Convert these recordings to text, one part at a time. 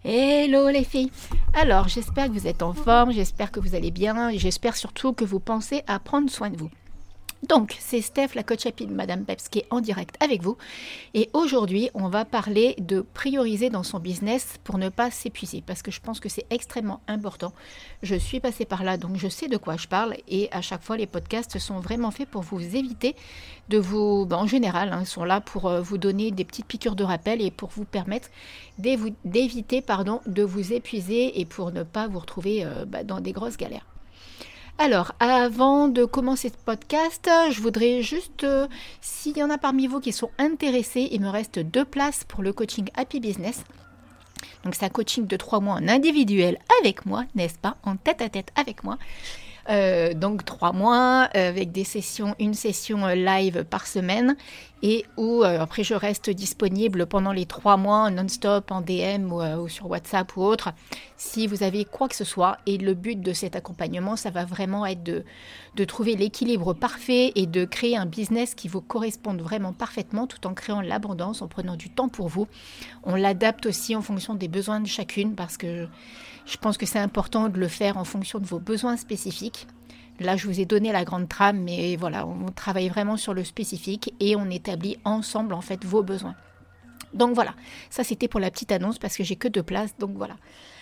Hello les filles. Alors, j'espère que vous êtes en forme, j'espère que vous allez bien et j'espère surtout que vous pensez à prendre soin de vous. Donc, c'est Steph, la coach happy de Madame Peps, qui est en direct avec vous. Et aujourd'hui, on va parler de prioriser dans son business pour ne pas s'épuiser. Parce que je pense que c'est extrêmement important. Je suis passée par là, donc je sais de quoi je parle. Et à chaque fois, les podcasts sont vraiment faits pour vous éviter de vous... en général, ils sont là pour vous donner des petites piqûres de rappel et pour vous permettre d'éviter de vous épuiser et pour ne pas vous retrouver dans des grosses galères. Alors, avant de commencer ce podcast, je voudrais juste, s'il y en a parmi vous qui sont intéressés, il me reste 2 places pour le coaching Happy Business. Donc, c'est un coaching de 3 mois en individuel avec moi, n'est-ce pas, en tête-à-tête avec moi. Donc 3 mois avec des sessions, une session live par semaine et où après je reste disponible pendant les 3 mois non-stop en DM ou sur WhatsApp ou autre si vous avez quoi que ce soit. Et le but de cet accompagnement, ça va vraiment être de trouver l'équilibre parfait et de créer un business qui vous corresponde vraiment parfaitement tout en créant l'abondance, en prenant du temps pour vous. On l'adapte aussi en fonction des besoins de chacune parce que je pense que c'est important de le faire en fonction de vos besoins spécifiques. Là, je vous ai donné la grande trame, mais voilà, on travaille vraiment sur le spécifique et on établit ensemble en fait vos besoins. Donc voilà, ça c'était pour la petite annonce parce que j'ai que 2 places, donc voilà.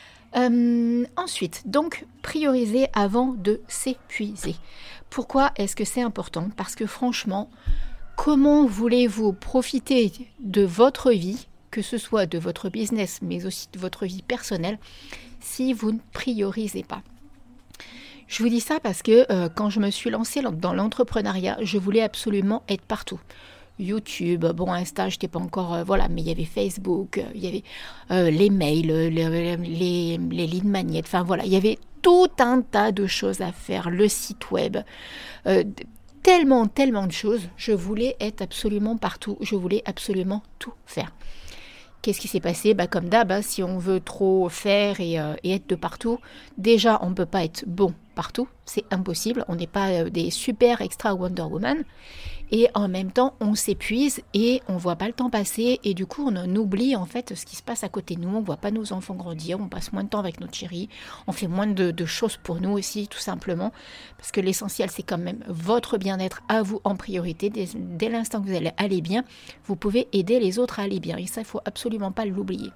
Ensuite, donc prioriser avant de s'épuiser. Pourquoi est-ce que c'est important ? Parce que franchement, comment voulez-vous profiter de votre vie, que ce soit de votre business, mais aussi de votre vie personnelle, si vous ne priorisez pas. Je vous dis ça parce que quand je me suis lancée dans l'entrepreneuriat, je voulais absolument être partout. YouTube, Insta, je n'étais pas encore, mais il y avait Facebook, il y avait les mails, les lead magnets, il y avait tout un tas de choses à faire, le site web, tellement de choses. Je voulais être absolument partout, je voulais absolument tout faire. Qu'est-ce qui s'est passé ? Comme d'hab, si on veut trop faire et être de partout, déjà, on ne peut pas être bon partout. C'est impossible. On n'est pas des super extra Wonder Woman. Et en même temps, on s'épuise et on ne voit pas le temps passer. Et du coup, on oublie en fait ce qui se passe à côté de nous. On ne voit pas nos enfants grandir. On passe moins de temps avec notre chérie. On fait moins de choses pour nous aussi, tout simplement. Parce que l'essentiel, c'est quand même votre bien-être à vous en priorité. Dès l'instant que vous allez aller bien, vous pouvez aider les autres à aller bien. Et ça, il ne faut absolument pas l'oublier.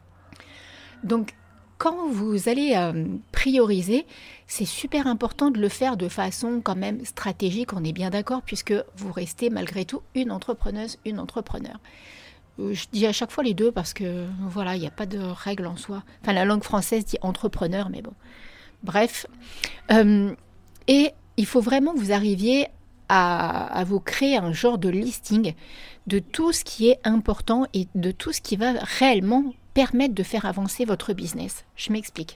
Donc, quand vous allez prioriser, c'est super important de le faire de façon quand même stratégique, on est bien d'accord, puisque vous restez malgré tout une entrepreneuse, une entrepreneur. Je dis à chaque fois les deux parce que voilà, il n'y a pas de règle en soi. Enfin, la langue française dit entrepreneur, mais bon. Bref. Et il faut vraiment que vous arriviez à vous créer un genre de listing de tout ce qui est important et de tout ce qui va réellement permettre de faire avancer votre business. Je m'explique.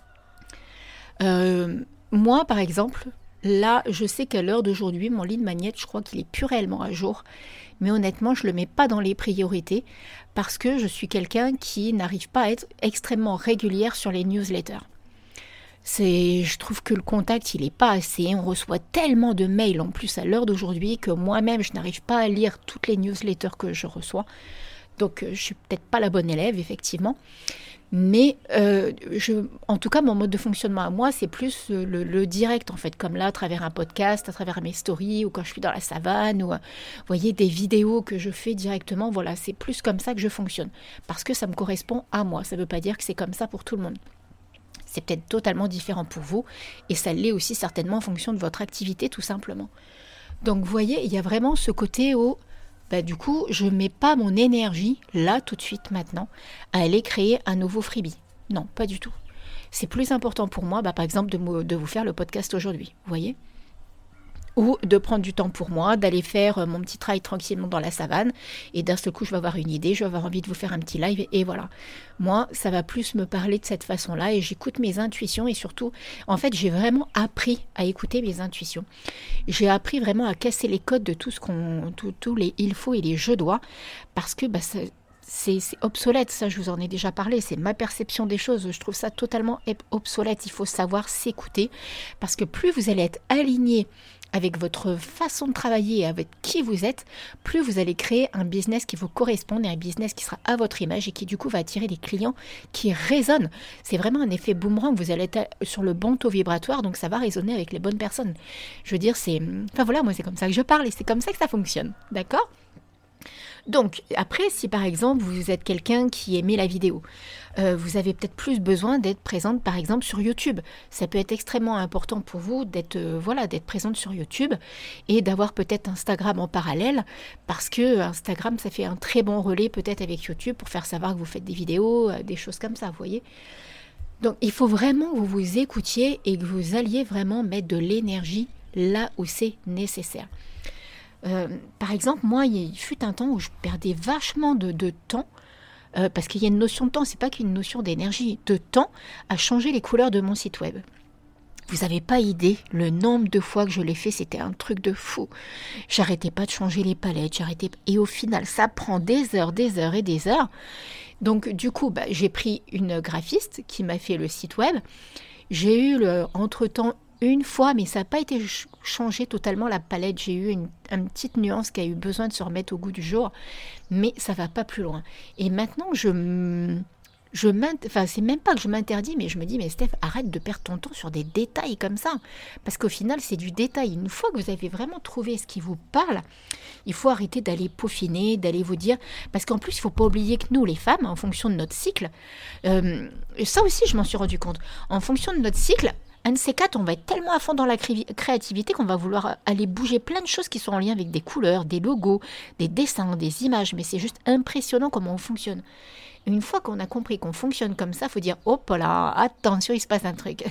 Moi, par exemple, là, je sais qu'à l'heure d'aujourd'hui, mon lead magnet, je crois qu'il est plus réellement à jour. Mais honnêtement, je ne le mets pas dans les priorités parce que je suis quelqu'un qui n'arrive pas à être extrêmement régulière sur les newsletters. Je trouve que le contact, il n'est pas assez. On reçoit tellement de mails en plus à l'heure d'aujourd'hui que moi-même, je n'arrive pas à lire toutes les newsletters que je reçois. Donc, je ne suis peut-être pas la bonne élève, effectivement. Mais en tout cas, mon mode de fonctionnement à moi, c'est plus le direct, en fait. Comme là, à travers un podcast, à travers mes stories, ou quand je suis dans la savane, ou, vous voyez, des vidéos que je fais directement. Voilà, c'est plus comme ça que je fonctionne. Parce que ça me correspond à moi. Ça ne veut pas dire que c'est comme ça pour tout le monde. C'est peut-être totalement différent pour vous. Et ça l'est aussi certainement en fonction de votre activité, tout simplement. Donc, vous voyez, il y a vraiment ce côté où... du coup, je ne mets pas mon énergie, là, tout de suite, maintenant, à aller créer un nouveau freebie. Non, pas du tout. C'est plus important pour moi, par exemple, de vous faire le podcast aujourd'hui, vous voyez ? Ou de prendre du temps pour moi, d'aller faire mon petit travail tranquillement dans la savane, et d'un seul coup, je vais avoir une idée, je vais avoir envie de vous faire un petit live, et voilà. Moi, ça va plus me parler de cette façon-là, et j'écoute mes intuitions, et surtout, en fait, j'ai vraiment appris à écouter mes intuitions. J'ai appris vraiment à casser les codes de tout ce tous les il faut et les je dois, parce que c'est obsolète, ça je vous en ai déjà parlé, c'est ma perception des choses, je trouve ça totalement obsolète, il faut savoir s'écouter, parce que plus vous allez être aligné avec votre façon de travailler, avec qui vous êtes, plus vous allez créer un business qui vous corresponde et un business qui sera à votre image et qui du coup va attirer des clients qui résonnent. C'est vraiment un effet boomerang, vous allez être sur le bon taux vibratoire, donc ça va résonner avec les bonnes personnes. Je veux dire, enfin voilà, moi c'est comme ça que je parle et c'est comme ça que ça fonctionne, d'accord ? Donc, après, si par exemple, vous êtes quelqu'un qui aimait la vidéo, vous avez peut-être plus besoin d'être présente, par exemple, sur YouTube. Ça peut être extrêmement important pour vous d'être d'être présente sur YouTube et d'avoir peut-être Instagram en parallèle, parce que Instagram, ça fait un très bon relais peut-être avec YouTube pour faire savoir que vous faites des vidéos, des choses comme ça, vous voyez. Donc, il faut vraiment que vous vous écoutiez et que vous alliez vraiment mettre de l'énergie là où c'est nécessaire. Par exemple, moi, il fut un temps où je perdais vachement de temps, parce qu'il y a une notion de temps, c'est pas qu'une notion d'énergie, de temps à changer les couleurs de mon site web. Vous n'avez pas idée, le nombre de fois que je l'ai fait, c'était un truc de fou. J'arrêtais pas de changer les palettes, et au final, ça prend des heures et des heures. Donc, du coup, j'ai pris une graphiste qui m'a fait le site web. J'ai eu entre-temps une fois, mais ça n'a pas été changé totalement la palette. J'ai eu une petite nuance qui a eu besoin de se remettre au goût du jour, mais ça ne va pas plus loin. Et maintenant, c'est même pas que je m'interdis, mais je me dis, mais Steph, arrête de perdre ton temps sur des détails comme ça. Parce qu'au final, c'est du détail. Une fois que vous avez vraiment trouvé ce qui vous parle, il faut arrêter d'aller peaufiner, d'aller vous dire... Parce qu'en plus, il ne faut pas oublier que nous, les femmes, en fonction de notre cycle, ça aussi, je m'en suis rendu compte, en fonction de notre cycle, un de ces quatre, on va être tellement à fond dans la créativité qu'on va vouloir aller bouger plein de choses qui sont en lien avec des couleurs, des logos, des dessins, des images. Mais c'est juste impressionnant comment on fonctionne. Une fois qu'on a compris qu'on fonctionne comme ça, il faut dire « Hop là, attention, il se passe un truc.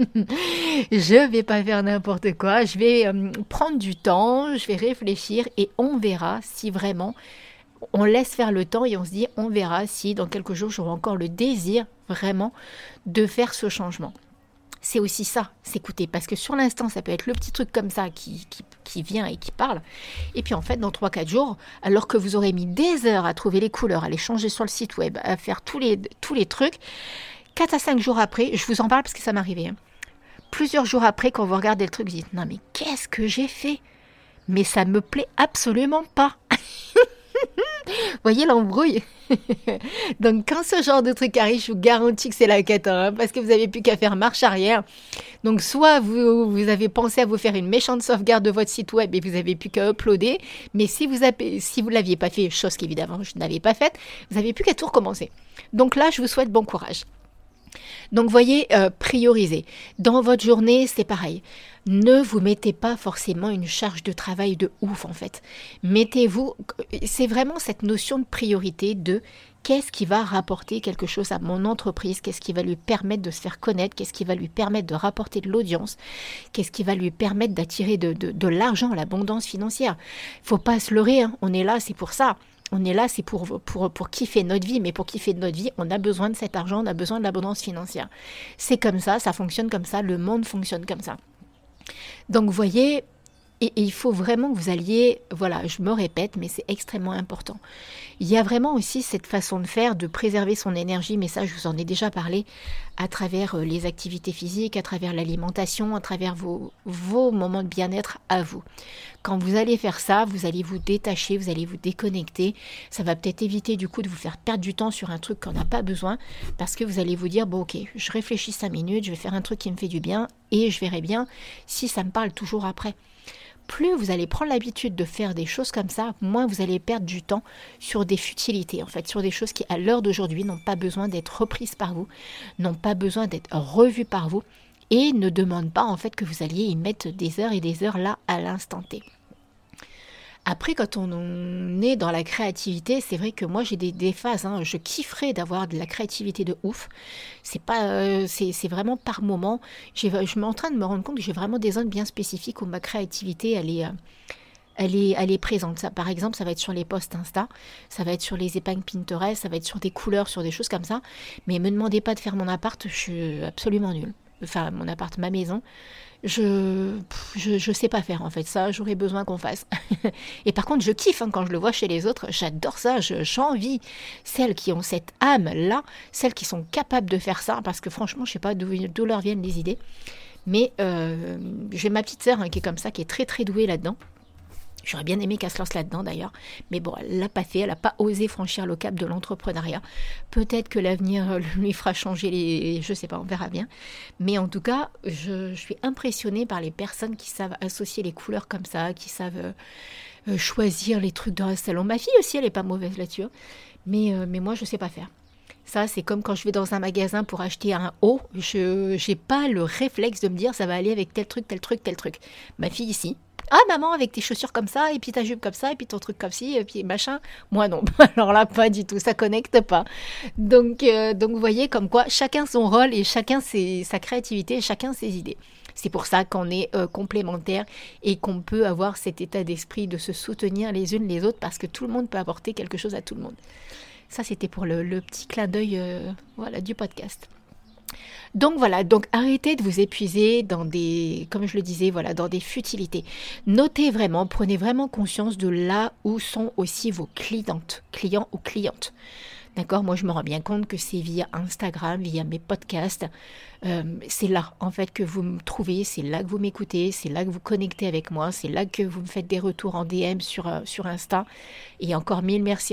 Je ne vais pas faire n'importe quoi, je vais prendre du temps, je vais réfléchir et on verra si vraiment... » On laisse faire le temps et on se dit « On verra si dans quelques jours, j'aurai encore le désir vraiment de faire ce changement. » C'est aussi ça, s'écouter, parce que sur l'instant, ça peut être le petit truc comme ça qui vient et qui parle. Et puis en fait, dans 3-4 jours, alors que vous aurez mis des heures à trouver les couleurs, à les changer sur le site web, à faire tous les trucs, 4 à 5 jours après, je vous en parle parce que ça m'est arrivé. Plusieurs jours après, quand vous regardez le truc, vous dites « Non mais qu'est-ce que j'ai fait ? Mais ça me plaît absolument pas !» Voyez l'embrouille. Donc quand ce genre de truc arrive, je vous garantis que c'est la cata, parce que vous n'avez plus qu'à faire marche arrière. Donc soit vous avez pensé à vous faire une méchante sauvegarde de votre site web et vous n'avez plus qu'à uploader, mais si vous ne l'aviez pas fait, chose qu'évidemment je n'avais pas faite, vous n'avez plus qu'à tout recommencer. Donc là, je vous souhaite bon courage. Donc voyez, priorisez. Dans votre journée, c'est pareil. Ne vous mettez pas forcément une charge de travail de ouf en fait. Mettez-vous, c'est vraiment cette notion de priorité de qu'est-ce qui va rapporter quelque chose à mon entreprise, qu'est-ce qui va lui permettre de se faire connaître, qu'est-ce qui va lui permettre de rapporter de l'audience, qu'est-ce qui va lui permettre d'attirer de l'argent, l'abondance financière. Faut pas se leurrer, hein. On est là, c'est pour ça. On est là, c'est pour kiffer notre vie, mais pour kiffer notre vie, on a besoin de cet argent, on a besoin de l'abondance financière. C'est comme ça fonctionne comme ça, le monde fonctionne comme ça. Donc, vous voyez, et il faut vraiment que vous alliez, voilà, je me répète, mais c'est extrêmement important. Il y a vraiment aussi cette façon de faire, de préserver son énergie, mais ça, je vous en ai déjà parlé, à travers les activités physiques, à travers l'alimentation, à travers vos moments de bien-être à vous. Quand vous allez faire ça, vous allez vous détacher, vous allez vous déconnecter. Ça va peut-être éviter du coup de vous faire perdre du temps sur un truc qu'on n'a pas besoin, parce que vous allez vous dire, bon ok, je réfléchis 5 minutes, je vais faire un truc qui me fait du bien, et je verrai bien si ça me parle toujours après. Plus vous allez prendre l'habitude de faire des choses comme ça, moins vous allez perdre du temps sur des futilités, en fait, sur des choses qui, à l'heure d'aujourd'hui, n'ont pas besoin d'être reprises par vous, n'ont pas besoin d'être revues par vous, et ne demandent pas, en fait, que vous alliez y mettre des heures et des heures là, à l'instant T. Après, quand on est dans la créativité, c'est vrai que moi j'ai des phases, hein, je kifferais d'avoir de la créativité de ouf. C'est vraiment par moment. Je suis en train de me rendre compte que j'ai vraiment des zones bien spécifiques où ma créativité elle est présente. Ça, par exemple, ça va être sur les posts Insta, ça va être sur les épingles Pinterest, ça va être sur des couleurs, sur des choses comme ça. Mais me demandez pas de faire mon appart, je suis absolument nulle. Enfin, mon appart, ma maison. Je sais pas faire en fait, ça j'aurais besoin qu'on fasse. Et par contre je kiffe quand je le vois chez les autres, j'adore ça, j'envie celles qui ont cette âme là, celles qui sont capables de faire ça, parce que franchement je sais pas d'où leur viennent les idées, Mais j'ai ma petite sœur qui est comme ça, qui est très très douée là-dedans. J'aurais bien aimé qu'elle se lance là-dedans d'ailleurs, mais bon, elle l'a pas fait, elle n'a pas osé franchir le cap de l'entrepreneuriat. Peut-être que l'avenir lui fera changer je sais pas, on verra bien. Mais en tout cas, je suis impressionnée par les personnes qui savent associer les couleurs comme ça, qui savent choisir les trucs dans un salon. Ma fille aussi, elle est pas mauvaise là-dessus, hein. Mais moi, je sais pas faire. Ça, c'est comme quand je vais dans un magasin pour acheter un haut, je n'ai pas le réflexe de me dire ça va aller avec tel truc, tel truc, tel truc. Ma fille ici, ah maman, avec tes chaussures comme ça, et puis ta jupe comme ça, et puis ton truc comme ci, et puis machin. Moi non, alors là pas du tout, ça connecte pas. Donc vous voyez comme quoi chacun son rôle et chacun sa créativité, et chacun ses idées. C'est pour ça qu'on est complémentaires et qu'on peut avoir cet état d'esprit de se soutenir les unes les autres parce que tout le monde peut apporter quelque chose à tout le monde. Ça, c'était pour le petit clin d'œil du podcast. Donc voilà, donc arrêtez de vous épuiser dans comme je le disais, dans des futilités. Notez vraiment, prenez vraiment conscience de là où sont aussi vos clients ou clientes. D'accord, moi je me rends bien compte que c'est via Instagram, via mes podcasts. C'est là en fait que vous me trouvez, c'est là que vous m'écoutez, c'est là que vous connectez avec moi, c'est là que vous me faites des retours en DM sur Insta. Et encore mille merci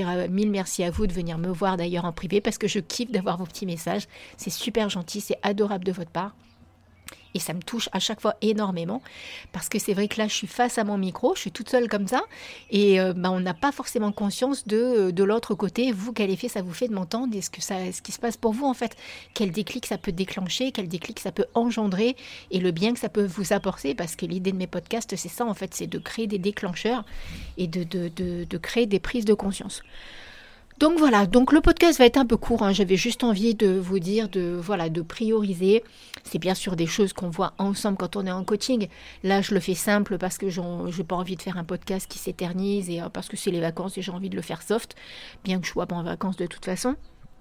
à vous de venir me voir d'ailleurs en privé parce que je kiffe d'avoir vos petits messages. C'est super gentil, c'est adorable de votre part. Et ça me touche à chaque fois énormément parce que c'est vrai que là, je suis face à mon micro, je suis toute seule comme ça et on n'a pas forcément conscience de l'autre côté. Vous, quel effet ça vous fait de m'entendre et ce qui se passe pour vous en fait. Quel déclic ça peut déclencher, quel déclic ça peut engendrer et le bien que ça peut vous apporter parce que l'idée de mes podcasts, c'est ça en fait, c'est de créer des déclencheurs et de créer des prises de conscience. Donc voilà, donc le podcast va être un peu court, hein. J'avais juste envie de vous dire de prioriser. C'est bien sûr des choses qu'on voit ensemble quand on est en coaching. Là, je le fais simple parce que je n'ai pas envie de faire un podcast qui s'éternise et parce que c'est les vacances et j'ai envie de le faire soft, bien que je ne sois pas en vacances de toute façon.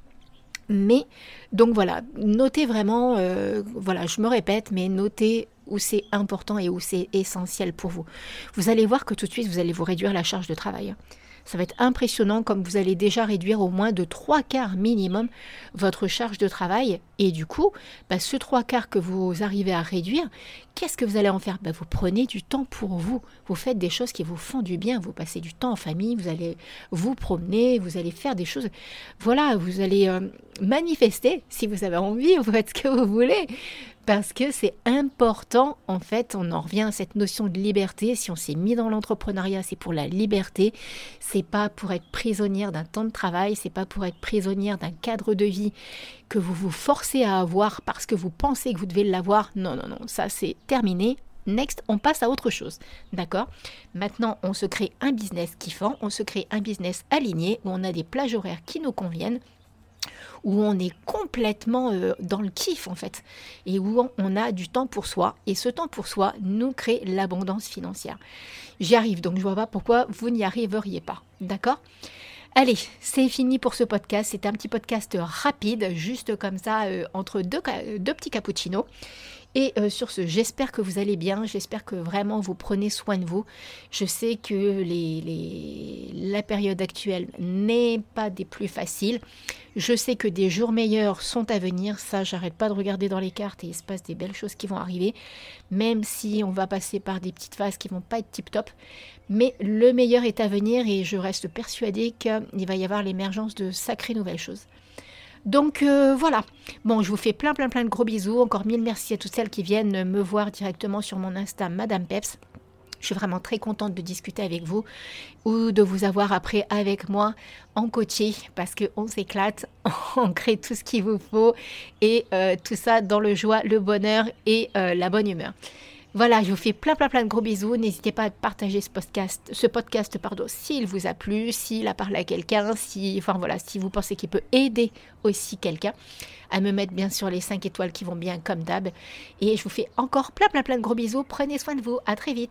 Mais, donc voilà, notez vraiment, je me répète, mais notez où c'est important et où c'est essentiel pour vous. Vous allez voir que tout de suite, vous allez vous réduire la charge de travail. Ça va être impressionnant comme vous allez déjà réduire au moins de 3/4 minimum votre charge de travail. Et du coup, ce 3/4 que vous arrivez à réduire, qu'est-ce que vous allez en faire ? Vous prenez du temps pour vous. Vous faites des choses qui vous font du bien. Vous passez du temps en famille, vous allez vous promener, vous allez faire des choses. Voilà, vous allez manifester si vous avez envie, vous faites ce que vous voulez. Parce que c'est important, en fait, on en revient à cette notion de liberté. Si on s'est mis dans l'entrepreneuriat, c'est pour la liberté. C'est pas pour être prisonnière d'un temps de travail, c'est pas pour être prisonnière d'un cadre de vie que vous vous forcez à avoir parce que vous pensez que vous devez l'avoir. Non, ça c'est terminé. Next, on passe à autre chose, d'accord ? Maintenant, on se crée un business kiffant, on se crée un business aligné où on a des plages horaires qui nous conviennent, où on est complètement dans le kiff en fait, et où on a du temps pour soi, et ce temps pour soi nous crée l'abondance financière. J'y arrive, donc je vois pas pourquoi vous n'y arriveriez pas, d'accord ? Allez, c'est fini pour ce podcast, c'est un petit podcast rapide, juste comme ça, entre deux petits cappuccinos. Et sur ce, j'espère que vous allez bien, j'espère que vraiment vous prenez soin de vous. Je sais que la période actuelle n'est pas des plus faciles. Je sais que des jours meilleurs sont à venir. Ça, j'arrête pas de regarder dans les cartes et il se passe des belles choses qui vont arriver. Même si on va passer par des petites phases qui vont pas être tip-top. Mais le meilleur est à venir et je reste persuadée qu'il va y avoir l'émergence de sacrées nouvelles choses. Donc voilà, bon, je vous fais plein de gros bisous, encore mille merci à toutes celles qui viennent me voir directement sur mon Insta Madame Peps. Je suis vraiment très contente de discuter avec vous ou de vous avoir après avec moi en coaching parce qu'on s'éclate, on crée tout ce qu'il vous faut et tout ça dans le joie, le bonheur et la bonne humeur. Voilà, je vous fais plein de gros bisous. N'hésitez pas à partager ce podcast, s'il vous a plu, s'il a parlé à quelqu'un, si vous pensez qu'il peut aider aussi quelqu'un, à me mettre bien sûr les 5 étoiles qui vont bien comme d'hab. Et je vous fais encore plein de gros bisous. Prenez soin de vous. À très vite.